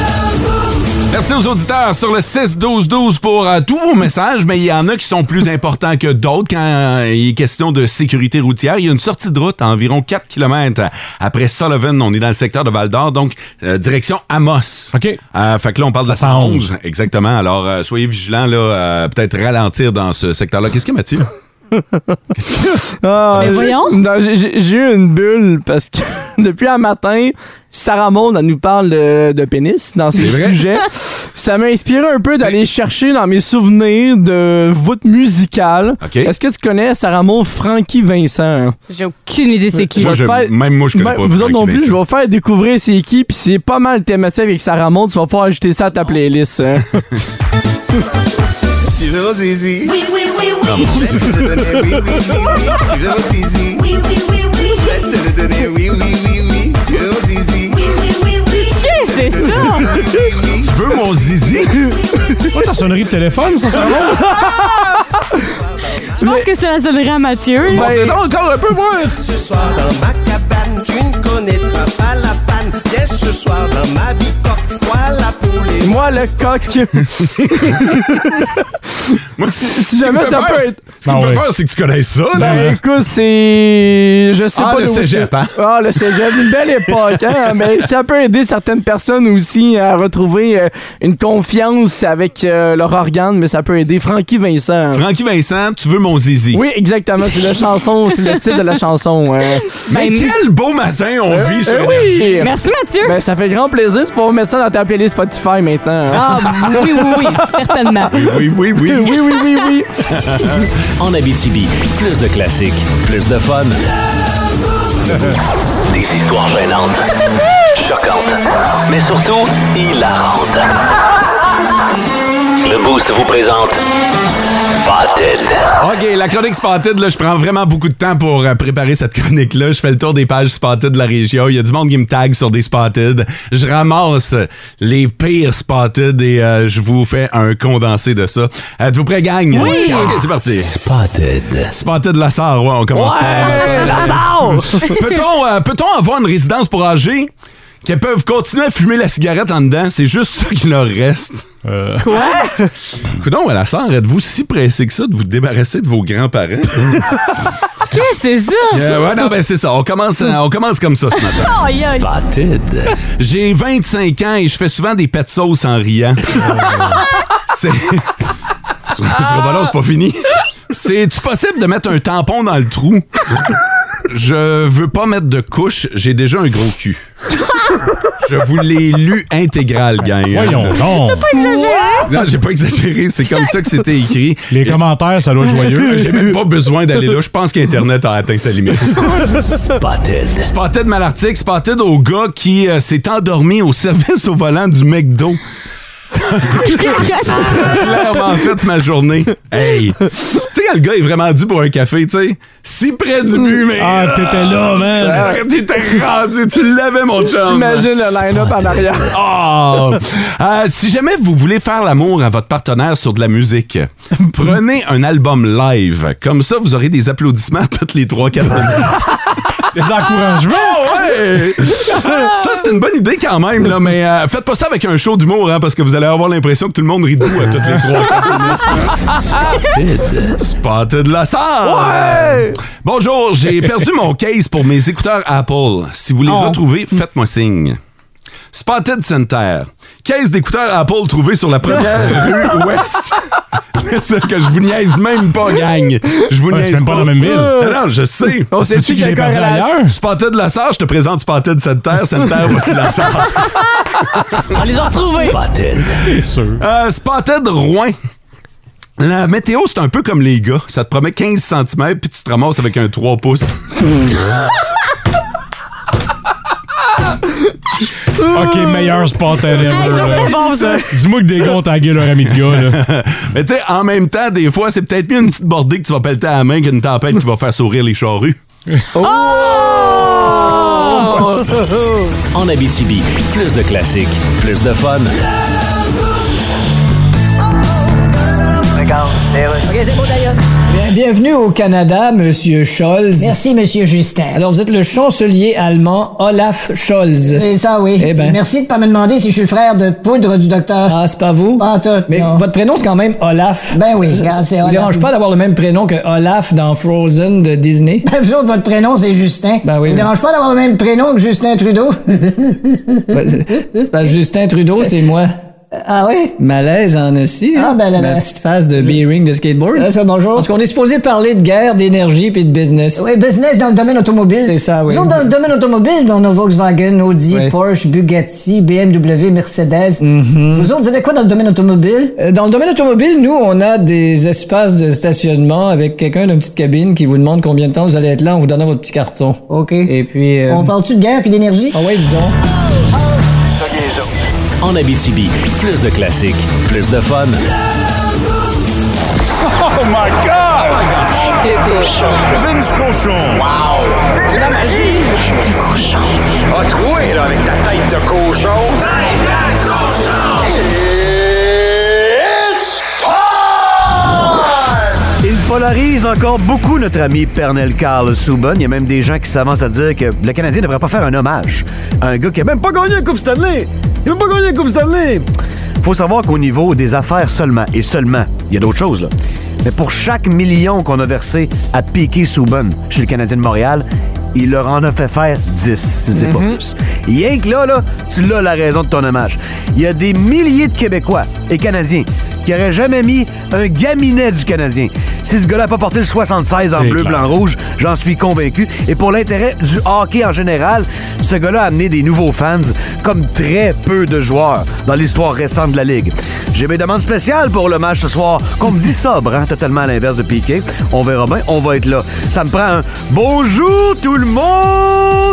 Merci aux auditeurs sur le six douze douze pour euh, tous vos messages, mais il y en a qui sont plus importants que d'autres quand euh, il est question de sécurité routière. Il y a une sortie de route à environ quatre kilomètres après Sullivan. On est dans le secteur de Val-d'Or, donc euh, direction Amos. OK. Euh, fait que là, on parle de la cent onze. Exactement. Alors, euh, soyez vigilants, là, euh, peut-être ralentir dans ce secteur-là. Qu'est-ce que Mathieu? Qu'est-ce que... Ah, Mais tu sais, voyons. non, j'ai- j'ai j'ai eu une bulle parce que depuis un matin, Sarah Maud, elle nous parle de, de pénis dans ses C'est vrai? sujets. Ça m'a inspiré un peu d'aller chercher dans mes souvenirs de voûte musicale. OK. Est-ce que tu connais Sarah Maud, Frankie Vincent? J'ai aucune idée c'est qui. Moi, Je je- vais te faire- même moi, je connais Ben, pas. vous autres Frankie non plus, Vincent. je vais vous faire découvrir c'est qui, puis c'est pas mal thématique avec Sarah Maud. Tu vas pouvoir ajouter ça à ta playlist. Hein. Tu veux mon zizi? Oui, oui, oui, oui. Je vais te le donner, oui, oui, oui, oui. Tu veux mon zizi? Oui, oui, oui, oui. Je vais te le donner, oui, oui, oui, oui. Tu veux mon zizi? Oui, oui, oui, oui. Qui c'est ça? Tu veux mon zizi? Pas ta sonnerie de téléphone, ça, ça va? Je pense que c'est la sonnerie à Mathieu. là. Ben, encore un peu moins. Ce soir dans ma cabane, tu ne connaîtras pas la panne. Viens ce soir dans ma bicoque, voilà pour les... moi, le coq. Moi, si, si jamais ça peut être- Ce qui Ah me fait ouais. peur, c'est que tu connais ça. là. Ben écoute, c'est... Je sais Ah, pas le d'où cégep, c'est- hein? Ah, le cégep, une belle époque, hein? Mais ça peut aider certaines personnes aussi à retrouver euh, une confiance avec euh, leur organe, mais ça peut aider Frankie Vincent. Francky Vincent, tu veux mon zizi? Oui, exactement, c'est la chanson, c'est le titre de la chanson. hein. Mais Ben, quel beau matin on vit sur Euh, Énergie. oui! Merci Mathieu. Ben, ça fait grand plaisir, tu pourras mettre ça dans ta playlist Spotify maintenant. hein. Ah oui, oui, oui, certainement. Oui, oui, oui. Oui, oui, oui, oui. En Abitibi, plus de classiques, plus de fun. Des histoires gênantes, choquantes, mais surtout hilarantes. Le Boost vous présente Spotted. OK, la chronique Spotted, là, je prends vraiment beaucoup de temps pour euh, préparer cette chronique-là. Je fais le tour des pages Spotted de la région. Il y a du monde qui me tag sur des Spotted. Je ramasse les pires Spotted et euh, je vous fais un condensé de ça. Êtes-vous prêts, gang? Oui! OK, c'est parti. Spotted. Spotted Lassar, ouais, on commence par... Ouais, Lazare! Peut-on, euh, peut-on avoir une résidence pour âgés Qu'elles peuvent continuer à fumer la cigarette en dedans, c'est juste ça qui leur reste. Euh... Quoi? Coudonc, à la sœur, êtes-vous si pressé que ça de vous débarrasser de vos grands-parents? Qu'est-ce que c'est ça? Euh, ouais, non, ben c'est ça. On commence, on commence comme ça ce matin. Oh, yeah. Spotted. J'ai vingt-cinq ans et je fais souvent des pets sauce en riant. C'est... Ce sera pas long, c'est pas fini. C'est-tu possible de mettre un tampon dans le trou? Je veux pas mettre de couche, j'ai déjà un gros cul. Je vous l'ai lu intégral, gang. Voyons donc. T'as pas exagéré? Non, j'ai pas exagéré, c'est comme ça que c'était écrit. Les commentaires, ça doit être joyeux. J'ai même pas besoin d'aller là, je pense qu'Internet a atteint sa limite. Spotted. Spotted mal article, spotted au gars qui euh, s'est endormi au service au volant du McDo. Clairement fait ma journée. Hey! Tu sais, quand le gars est vraiment dû pour un café, tu sais, si près du but, mais. Ah, t'étais là, man! T'étais rendu, tu l'avais, mon chum. J'imagine le line-up en arrière. Oh! Euh, si jamais vous voulez faire l'amour à votre partenaire sur de la musique, prenez un album live. Comme ça, vous aurez des applaudissements toutes les trois quatre minutes. Des encouragements? Oh, ouais! Ça, c'est une bonne idée quand même, là, mais euh, faites pas ça avec un show d'humour, hein, parce que vous allez avoir l'impression que tout le monde rit de vous à toutes les trois quatre minutes. Spotted. Spotted la sœur! Ouais! Bonjour, j'ai perdu mon case pour mes écouteurs Apple. Si vous les Oh. retrouvez, faites-moi signe. Spotted Center. Case d'écouteurs Apple trouvée sur la première rue Ouest. C'est ça que je vous niaise même pas, gang. Je vous Ouais, niaise c'est même pas dans la même ville. Non, non, je sais. On sait Peux-tu qu'il est perdu ailleurs? Spotted la sœur, je te présente Spotted Center. Center, voici la sœur. On les a retrouvés. Spotted. C'est sûr. Euh, Spotted Rouen. La météo, c'est un peu comme les gars. Ça te promet quinze centimètres puis tu te ramasses avec un trois pouces. OK, meilleur spotted ever. Hey, ça, c'était là. bon, ça. Dis-moi que des gars ont tagué leur ami de gars, là. Mais tu sais, en même temps, des fois, c'est peut-être mieux une petite bordée que tu vas pelleter à la main qu'une tempête qui va faire sourire les charrues. Oh! En Abitibi, plus de classiques, plus de fun. OK, c'est bon, d'ailleurs. Bien, bienvenue au Canada, Monsieur Scholz. Merci, Monsieur Justin. Alors, vous êtes le chancelier allemand Olaf Scholz. C'est ça, oui. Eh ben. Merci de pas me demander si je suis le frère de poudre du docteur. Ah, c'est pas vous? Pas en tout, Mais non. votre prénom, c'est quand même Olaf. Ben oui, Ça- regarde, ça c'est vous Olaf. dérange pas d'avoir le même prénom que Olaf dans Frozen de Disney? Ben, vous autres, votre prénom, c'est Justin. Ben oui, Ça vous oui. dérange pas d'avoir le même prénom que Justin Trudeau? Ouais, c'est c'est parce que Justin Trudeau, c'est moi. Ah oui? Malaise en aussi. Ah, ben là, Ma là. petite face de B-ring de skateboard. Euh, ça, bonjour. En tout cas, on est supposé parler de guerre, d'énergie puis de business. Oui, business dans le domaine automobile. C'est ça, oui. Nous autres, dans le domaine automobile, on a Volkswagen, Audi, Oui. Porsche, Bugatti, B M W, Mercedes. Mhm. Vous autres, vous avez quoi dans le domaine automobile? Euh, Dans le domaine automobile, nous, on a des espaces de stationnement avec quelqu'un d'une petite cabine qui vous demande combien de temps vous allez être là en vous donnant votre petit carton. OK. Et puis... euh, On parle-tu de guerre puis d'énergie? Ah ouais, disons. En Abitibi, plus de classiques, plus de fun. Oh my God! Tête de cochon. Vince cochon! Wow! C'est de la magie! Tête de cochon. A troué, là, avec ta tête de cochon! Tête de cochon! It's time! Il polarise encore beaucoup notre ami Pernell Carl Subban. Il y a même des gens qui s'avancent à dire que le Canadien ne devrait pas faire un hommage à un gars qui a même pas gagné la Coupe Stanley. Il a même pas gagné la Coupe Stanley. Faut savoir qu'au niveau des affaires seulement, et seulement, il y a d'autres choses, là. Mais pour chaque million qu'on a versé à Piquet Subban chez le Canadien de Montréal, il leur en a fait faire dix, si c'est pas plus. Rien que là, là, tu l'as la raison de ton hommage. Il y a des milliers de Québécois et Canadiens qui n'auraient jamais mis un gaminet du Canadien. Si ce gars-là n'a pas porté le soixante-seize en C'est bleu, clair. blanc, rouge, j'en suis convaincu. Et pour l'intérêt du hockey en général, ce gars-là a amené des nouveaux fans comme très peu de joueurs dans l'histoire récente de la Ligue. J'ai mes demandes spéciales pour le match ce soir, qu'on me dit sobre, hein, totalement à l'inverse de Piquet. On verra bien, on va être là. Ça me prend un « Bonjour tout le monde »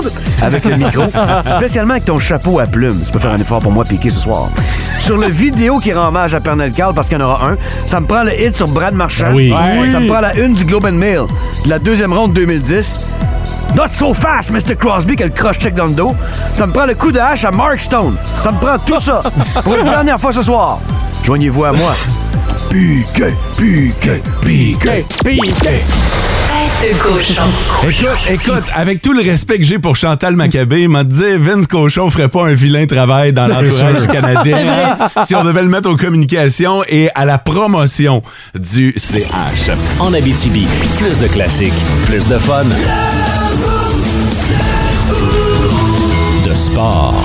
avec le micro, spécialement avec ton chapeau à plumes. Tu peux faire un effort pour moi, Piquet, ce soir. Sur le vidéo qui rend hommage à Pernell Carl, parce qu'il y en aura un, ça me prend le hit sur Brad Marchand. Oui. Ouais, ça me prend la une du Globe and Mail de la deuxième ronde deux mille dix. Not so fast, mister Crosby, qui a le cross-check dans le dos. Ça me prend le coup de hache à Mark Stone. Ça me prend tout ça pour une dernière fois ce soir. Joignez-vous à moi. Piquet, Piquet, Piquet. Piqué. Tête de cochon. Écoute, écoute, avec tout le respect que j'ai pour Chantal Maccabé, m'a dit Vince Cochon ferait pas un vilain travail dans l'entourage du Canadien hein, si on devait le mettre aux communications et à la promotion du C H. En Abitibi, plus de classiques, plus de fun. De sport.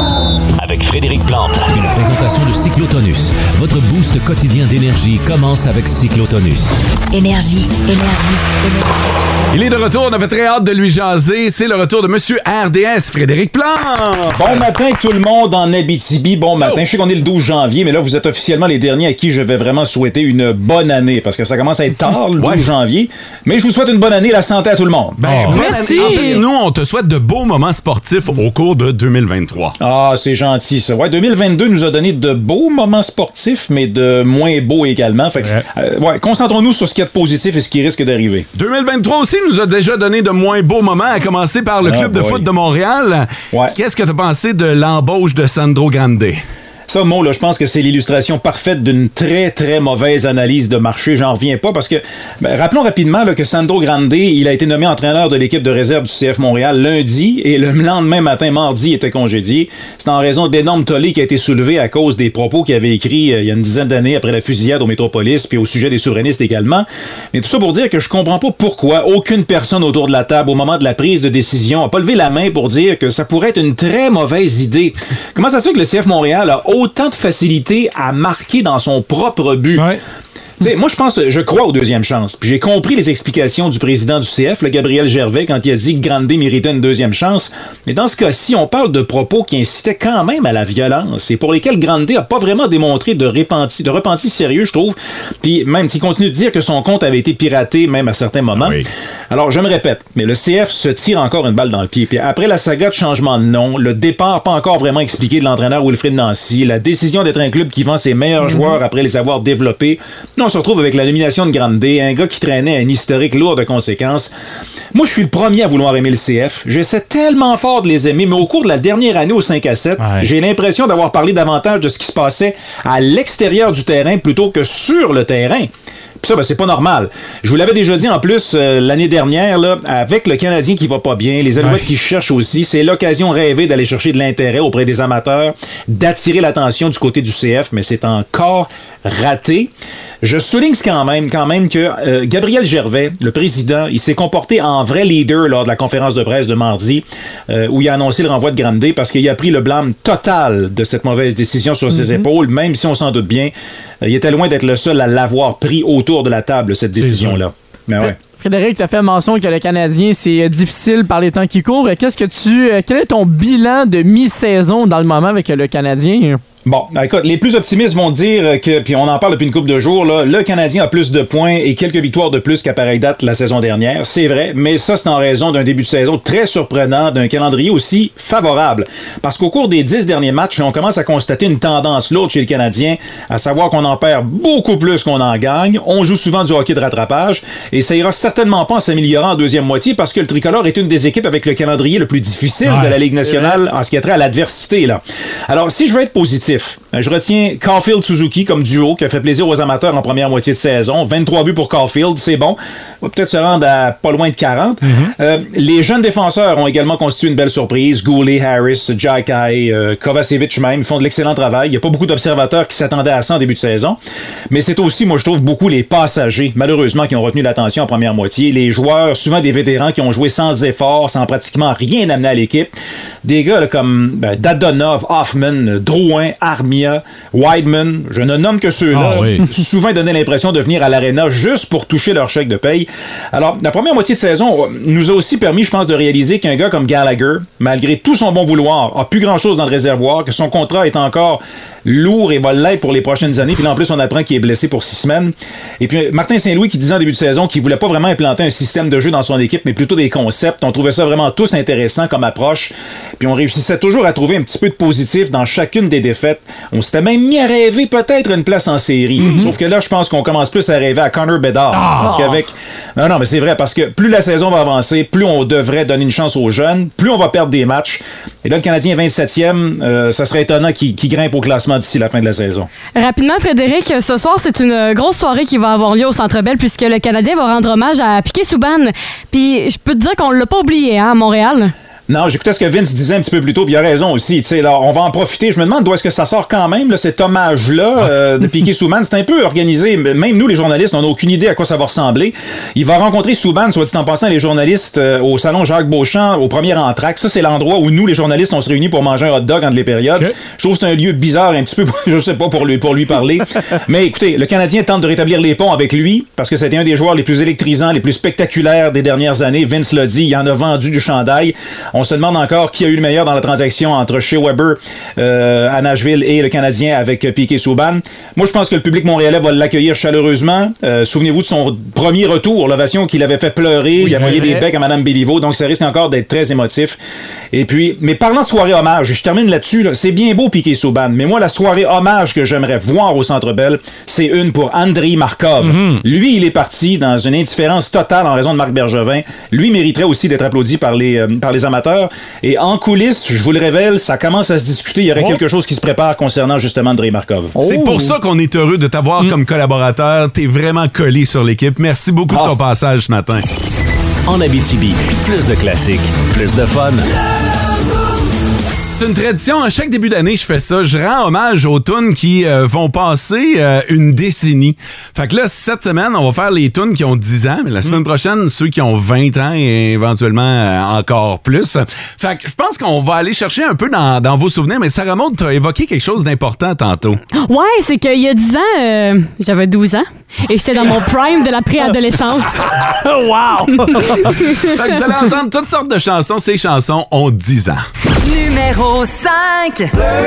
Avec Frédéric Plante. Une présentation de Cyclotonus. Votre boost quotidien d'énergie commence avec Cyclotonus. Énergie, énergie, énergie. Il est de retour, on avait très hâte de lui jaser. C'est le retour de Monsieur R D S, Frédéric Plante. Bon matin tout le monde en Abitibi. Bon matin. Je sais qu'on est le douze janvier, mais là, vous êtes officiellement les derniers à qui je vais vraiment souhaiter une bonne année, parce que ça commence à être tard, le douze janvier. Mais je vous souhaite une bonne année, la santé à tout le monde. Ben, bonne Merci. Année. En fait, nous, on te souhaite de beaux moments sportifs au cours de deux mille vingt-trois. Ah, c'est gentil, ça. Ouais, deux mille vingt-deux nous a donné de beaux moments sportifs, mais de moins beaux également. Fait que, ouais. Euh, ouais, concentrons-nous sur ce qu'il y a de positif et ce qui risque d'arriver. deux mille vingt-trois aussi nous a déjà donné de moins beaux moments, à commencer par le ah, club boy. de foot de Montréal. Ouais. Qu'est-ce que tu as pensé de l'embauche de Sandro Grande? Ça, Mo, là, je pense que c'est l'illustration parfaite d'une très, très mauvaise analyse de marché. J'en reviens pas parce que, ben, rappelons rapidement là, que Sandro Grande, il a été nommé entraîneur de l'équipe de réserve du C F Montréal lundi et le lendemain matin, mardi, il était congédié. C'est en raison d'énormes tollés qui a été soulevé à cause des propos qu'il avait écrits euh, il y a une dizaine d'années après la fusillade au Métropolis puis au sujet des souverainistes également. Mais tout ça pour dire que je comprends pas pourquoi aucune personne autour de la table au moment de la prise de décision a pas levé la main pour dire que ça pourrait être une très mauvaise idée. Comment ça se fait que le C F Montréal a autant de facilité à marquer dans son propre but? Ouais. T'sais, moi, je pense, je crois aux deuxièmes chances. Puis j'ai compris les explications du président du C F, le Gabriel Gervais, quand il a dit que Grande méritait une deuxième chance. Mais dans ce cas-ci, on parle de propos qui incitaient quand même à la violence et pour lesquels Grande n'a pas vraiment démontré de repenti, de repenti sérieux, je trouve. Puis même, il continue de dire que son compte avait été piraté, même à certains moments. Oui. Alors, je me répète, mais le C F se tire encore une balle dans le pied. Puis après la saga de changement de nom, le départ pas encore vraiment expliqué de l'entraîneur Wilfried Nancy, la décision d'être un club qui vend ses meilleurs mm-hmm. joueurs après les avoir développés, non, on se retrouve avec la nomination de Grande, un gars qui traînait un historique lourd de conséquences. Moi, je suis le premier à vouloir aimer le C F. J'essaie tellement fort de les aimer, mais au cours de la dernière année au cinq à sept, ouais. j'ai l'impression d'avoir parlé davantage de ce qui se passait à l'extérieur du terrain plutôt que sur le terrain. Puis ça, ben, c'est pas normal. Je vous l'avais déjà dit en plus euh, l'année dernière, là, avec le Canadien qui va pas bien, les Alouettes ouais. qui cherchent aussi, c'est l'occasion rêvée d'aller chercher de l'intérêt auprès des amateurs, d'attirer l'attention du côté du C F, mais c'est encore raté. Je souligne quand même, quand même que euh, Gabriel Gervais, le président, il s'est comporté en vrai leader lors de la conférence de presse de mardi, euh, où il a annoncé le renvoi de Grande parce qu'il a pris le blâme total de cette mauvaise décision sur ses mm-hmm. épaules, même si on s'en doute bien. Euh, il était loin d'être le seul à l'avoir pris autour de la table, cette décision-là. Mais ouais. Frédéric, tu as fait mention que le Canadien, c'est difficile par les temps qui courent. Qu'est-ce que tu, quel est ton bilan de mi-saison dans le moment avec le Canadien? Bon, écoute, les plus optimistes vont dire que, puis on en parle depuis une couple de jours, là, le Canadien a plus de points et quelques victoires de plus qu'à pareille date la saison dernière. C'est vrai, mais ça, c'est en raison d'un début de saison très surprenant, d'un calendrier aussi favorable. Parce qu'au cours des dix derniers matchs, on commence à constater une tendance lourde chez le Canadien, à savoir qu'on en perd beaucoup plus qu'on en gagne. On joue souvent du hockey de rattrapage et ça ira certainement pas en s'améliorant en deuxième moitié parce que le Tricolore est une des équipes avec le calendrier le plus difficile ouais, de la Ligue nationale en ce qui a trait à l'adversité, là. Alors, si je veux être positif, je retiens Caulfield-Suzuki comme duo qui a fait plaisir aux amateurs en première moitié de saison. vingt-trois buts pour Caulfield, c'est bon. On va peut-être se rendre à pas loin de quarante. Mm-hmm. Euh, les jeunes défenseurs ont également constitué une belle surprise. Goulet, Harris, Jacky, euh, Kovacevic même, ils font de l'excellent travail. Il n'y a pas beaucoup d'observateurs qui s'attendaient à ça en début de saison. Mais c'est aussi, moi je trouve, beaucoup les passagers, malheureusement, qui ont retenu l'attention en première moitié. Les joueurs, souvent des vétérans qui ont joué sans effort, sans pratiquement rien amener à l'équipe. Des gars là, comme ben, Dadonov, Hoffman, Drouin, Armia, Wideman, je ne nomme que ceux-là, ah, oui. souvent donnaient l'impression de venir à l'aréna juste pour toucher leur chèque de paye. Alors, la première moitié de saison nous a aussi permis, je pense, de réaliser qu'un gars comme Gallagher, malgré tout son bon vouloir, a plus grand-chose dans le réservoir, que son contrat est encore lourd et va l'être pour les prochaines années. Puis là, en plus, on apprend qu'il est blessé pour six semaines. Et puis, Martin Saint-Louis qui disait en début de saison qu'il voulait pas vraiment implanter un système de jeu dans son équipe, mais plutôt des concepts. On trouvait ça vraiment tous intéressant comme approche. Puis on réussissait toujours à trouver un petit peu de positif dans chacune des défaites. On s'était même mis à rêver peut-être une place en série. Mm-hmm. Sauf que là, je pense qu'on commence plus à rêver à Connor Bedard. Ah! Parce qu'avec... Non, non, mais c'est vrai, parce que plus la saison va avancer, plus on devrait donner une chance aux jeunes, plus on va perdre des matchs. Et là, le Canadien vingt-septième, euh, ça serait étonnant qu'il, qu'il grimpe au classement lancement d'ici la fin de la saison. Rapidement, Frédéric, ce soir, c'est une grosse soirée qui va avoir lieu au Centre Bell puisque le Canadien va rendre hommage à Piquet Souban. Puis je peux te dire qu'on l'a pas oublié, hein, à Montréal. Non, j'écoutais ce que Vince disait un petit peu plus tôt, puis il a raison aussi. T'sais, là, on va en profiter. Je me demande d'où est-ce que ça sort quand même, là, cet hommage-là euh, de Piquet Souban. C'est un peu organisé. Même nous, les journalistes, on n'a aucune idée à quoi ça va ressembler. Il va rencontrer Souban, soit dit en passant, les journalistes euh, au salon Jacques Beauchamp, au premier entracte. Ça, c'est l'endroit où nous, les journalistes, on se réunit pour manger un hot dog entre les périodes. Okay. Je trouve que c'est un lieu bizarre, un petit peu, je sais pas, pour lui, pour lui parler. Mais écoutez, le Canadien tente de rétablir les ponts avec lui, parce que c'était un des joueurs les plus électrisants, les plus spectaculaires des dernières années. Vince l'a dit, il en a vendu du chandail. On se demande encore qui a eu le meilleur dans la transaction entre Shea Weber euh, à Nashville et le Canadien avec euh, Piquet Souban. Moi, je pense que le public montréalais va l'accueillir chaleureusement. Euh, souvenez-vous de son premier retour, l'ovation qu'il avait fait pleurer. Oui, il a envoyé des becs à Mme Béliveau, donc ça risque encore d'être très émotif. Et puis, mais parlant de soirée hommage, je termine là-dessus, là, c'est bien beau Piquet Souban, mais moi, la soirée hommage que j'aimerais voir au Centre Bell, c'est une pour Andriy Markov. Mm-hmm. Lui, il est parti dans une indifférence totale en raison de Marc Bergevin. Lui mériterait aussi d'être applaudi par les, euh, par les amateurs. Et en coulisses, je vous le révèle, ça commence à se discuter. Il y aurait oh. quelque chose qui se prépare concernant justement Andriy Markov. Oh. C'est pour ça qu'on est heureux de t'avoir mm. comme collaborateur. T'es vraiment collé sur l'équipe. Merci beaucoup oh. de ton passage ce matin. En Abitibi, plus de classiques, plus de fun. C'est une tradition, à chaque début d'année, je fais ça. Je rends hommage aux tunes qui euh, vont passer euh, une décennie. Fait que là, cette semaine, on va faire les tunes qui ont dix ans, mais la semaine mm. prochaine, ceux qui ont vingt ans et éventuellement euh, encore plus. Fait que je pense qu'on va aller chercher un peu dans, dans vos souvenirs, mais Sarah Maud, tu as évoqué quelque chose d'important tantôt. Ouais, c'est qu'il y a dix ans, euh, j'avais douze ans. Et j'étais dans mon prime de la préadolescence. Wow! Fait que vous allez entendre toutes sortes de chansons. Ces chansons ont dix ans. Numéro cinq.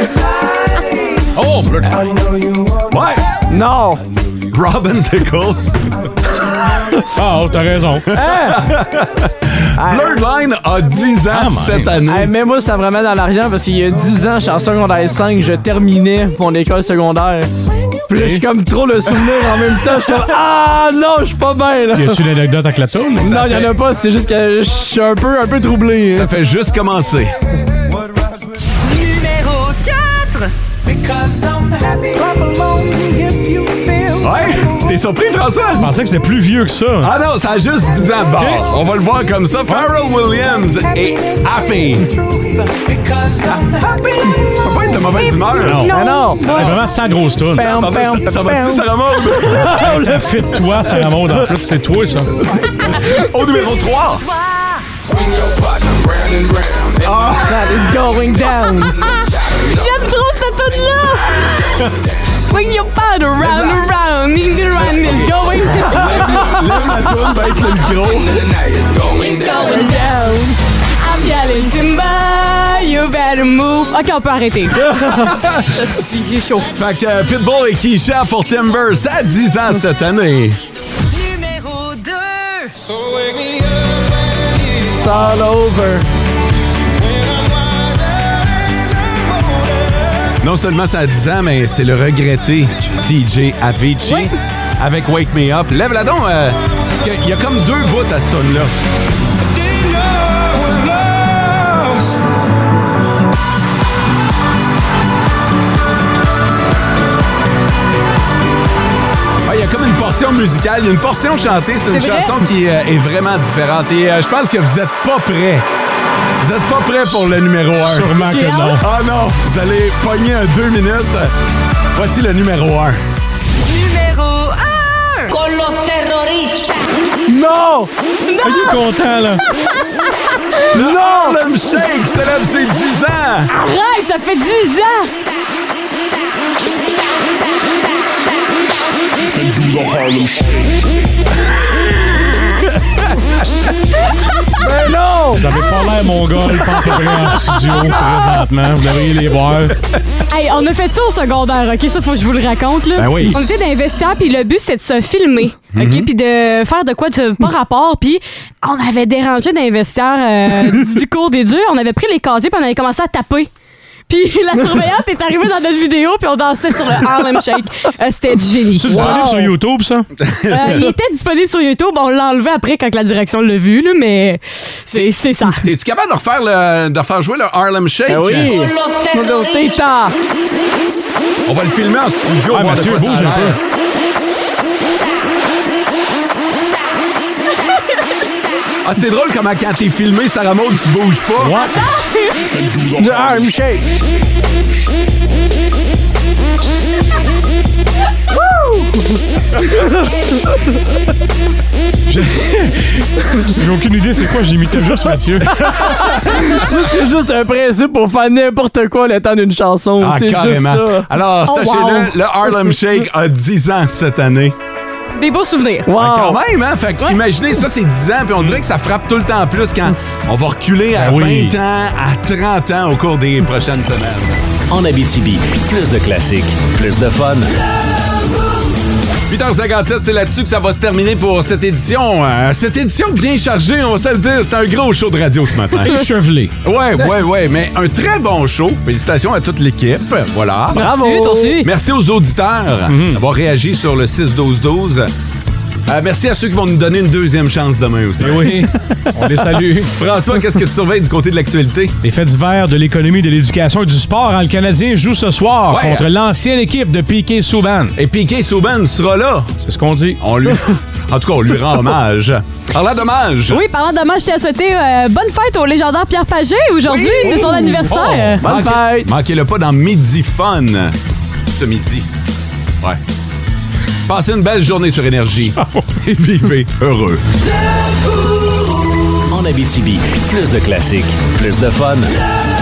Oh, Blur Ouais! Non! Robin Tickle. Ah, oh, t'as raison. Blurred Line a dix ans oh cette année. Hey, mais moi, ça me ramène en arrière parce qu'il y a dix ans, je suis en secondaire cinq, je terminais mon école secondaire. Puis là, je suis comme trop le souvenir en même temps. Je suis comme, ah non, je suis pas bien. Là. Y a-tu une anecdote avec la toune? Non, il y en a pas. C'est juste que je suis un peu, un peu troublé. Ça fait juste commencer. Numéro quatre. Ouais, t'es surpris, François? Je pensais que c'était plus vieux que ça. Ah non, ça a juste dix ans de bord. Okay. On va le voir comme ça. Pharrell Williams et Happy. Ça va pas être de mauvaise humeur. Non, non. non. C'est vraiment sa grosse toune. Ça, ça va-tu, Sarah Maud? Ça fit toi, Sarah Maud. En plus, c'est toi, ça. Au numéro trois. Oh, that is going down. J'aime trop cette toune-là. Swing your body round and round, the run is going down. Lève la toune, baisse le micro. It's going down. I'm yelling timber, you better move. OK, on peut arrêter. J'ai chaud. Fait que Pitbull et Keisha pour Timber, ça a dix ans cette année. Numéro deux. It's all over. Non seulement ça a dix ans, mais c'est le regretté D J Avicii oui. avec Wake Me Up. Lève-la donc, euh, parce qu'il y a comme deux bouts à ce tune-là. Il y a comme une portion musicale, il y a une portion chantée. C'est une c'est chanson vrai? qui euh, est vraiment différente. Et euh, je pense que vous êtes pas prêts. Vous êtes pas prêts pour le numéro un. Sûrement que non. Ah non, vous allez pogner un deux minutes. Voici le numéro un. Numéro un. Con los terroristas. Non! Non! Il est content, là. Le Harlem Shake célèbre ses dix ans. Arrête, ça fait dix ans. Ben non! Vous avez pas l'air mongol, pas prêt en studio présentement. Vous devriez les voir. Hey, on a fait ça au secondaire, OK? Ça, faut que je vous le raconte, là. Ben oui. On était dans les vestiaires, puis le but, c'est de se filmer, OK? Mm-hmm. Puis de faire de quoi de pas rapport. Puis on avait dérangé dans les vestiaires euh, du cours des dieux. On avait pris les casiers, puis on avait commencé à taper. Puis la surveillante est arrivée dans notre vidéo, puis on dansait sur le Harlem Shake. Euh, C'était du génie. C'est disponible Wow. sur YouTube, ça? Euh, il était disponible sur YouTube. On l'a enlevé après quand la direction l'a vu, là, mais c'est c'est ça. Es-tu capable de refaire, le, de refaire jouer le Harlem Shake? Ben oui. Colotita. On va le filmer en studio. Ah, voir de Mathieu, quoi ça a bouge un l'air. peu. Ah, c'est drôle comment quand t'es filmé, Sarah Maud, tu bouges pas. Ouais. Le arm shake. J'ai j'ai aucune idée c'est quoi, j'imitais juste Mathieu. Ça, c'est juste un principe pour faire n'importe quoi le temps d'une chanson. Ah, c'est carrément. juste ça. Alors, Oh, sachez-le, wow. le Harlem Shake a dix ans cette année. Des beaux souvenirs. Wow. Ah, quand même, hein? Fait que imaginez, ça, c'est dix ans, puis on dirait que ça frappe tout le temps plus quand on va reculer à Ben oui. vingt ans, à trente ans au cours des prochaines semaines. En Abitibi, plus de classiques, plus de fun. huit heures cinquante-sept, c'est là-dessus que ça va se terminer pour cette édition. Euh, cette édition bien chargée, on va se le dire. C'est un gros show de radio ce matin. Échevelé. Ouais, ouais, ouais, mais un très bon show. Félicitations à toute l'équipe. Voilà. Bravo. Merci, toi aussi. Merci aux auditeurs d'avoir réagi sur le six douze douze. Euh, merci à ceux qui vont nous donner une deuxième chance demain aussi. Eh oui, on les salue. François, qu'est-ce que tu surveilles du côté de l'actualité? Les faits divers de l'économie, de l'éducation et du sport. Le Canadien joue ce soir Ouais. contre l'ancienne équipe de Piquet Souban. Et Piquet Souban sera là. C'est ce qu'on dit. On lui... En tout cas, on lui rend hommage. Parlant d'hommage. Oui, parlant d'hommage, je tiens à souhaiter euh, bonne fête au légendaire Pierre Pagé. Aujourd'hui, Oui. c'est son Oh. anniversaire. Bonne Manquez- fête. Manquez-le pas dans Midi Fun ce midi. Ouais. Passez une belle journée sur Énergie et vivez heureux. En Abitibi, plus de classiques, plus de fun.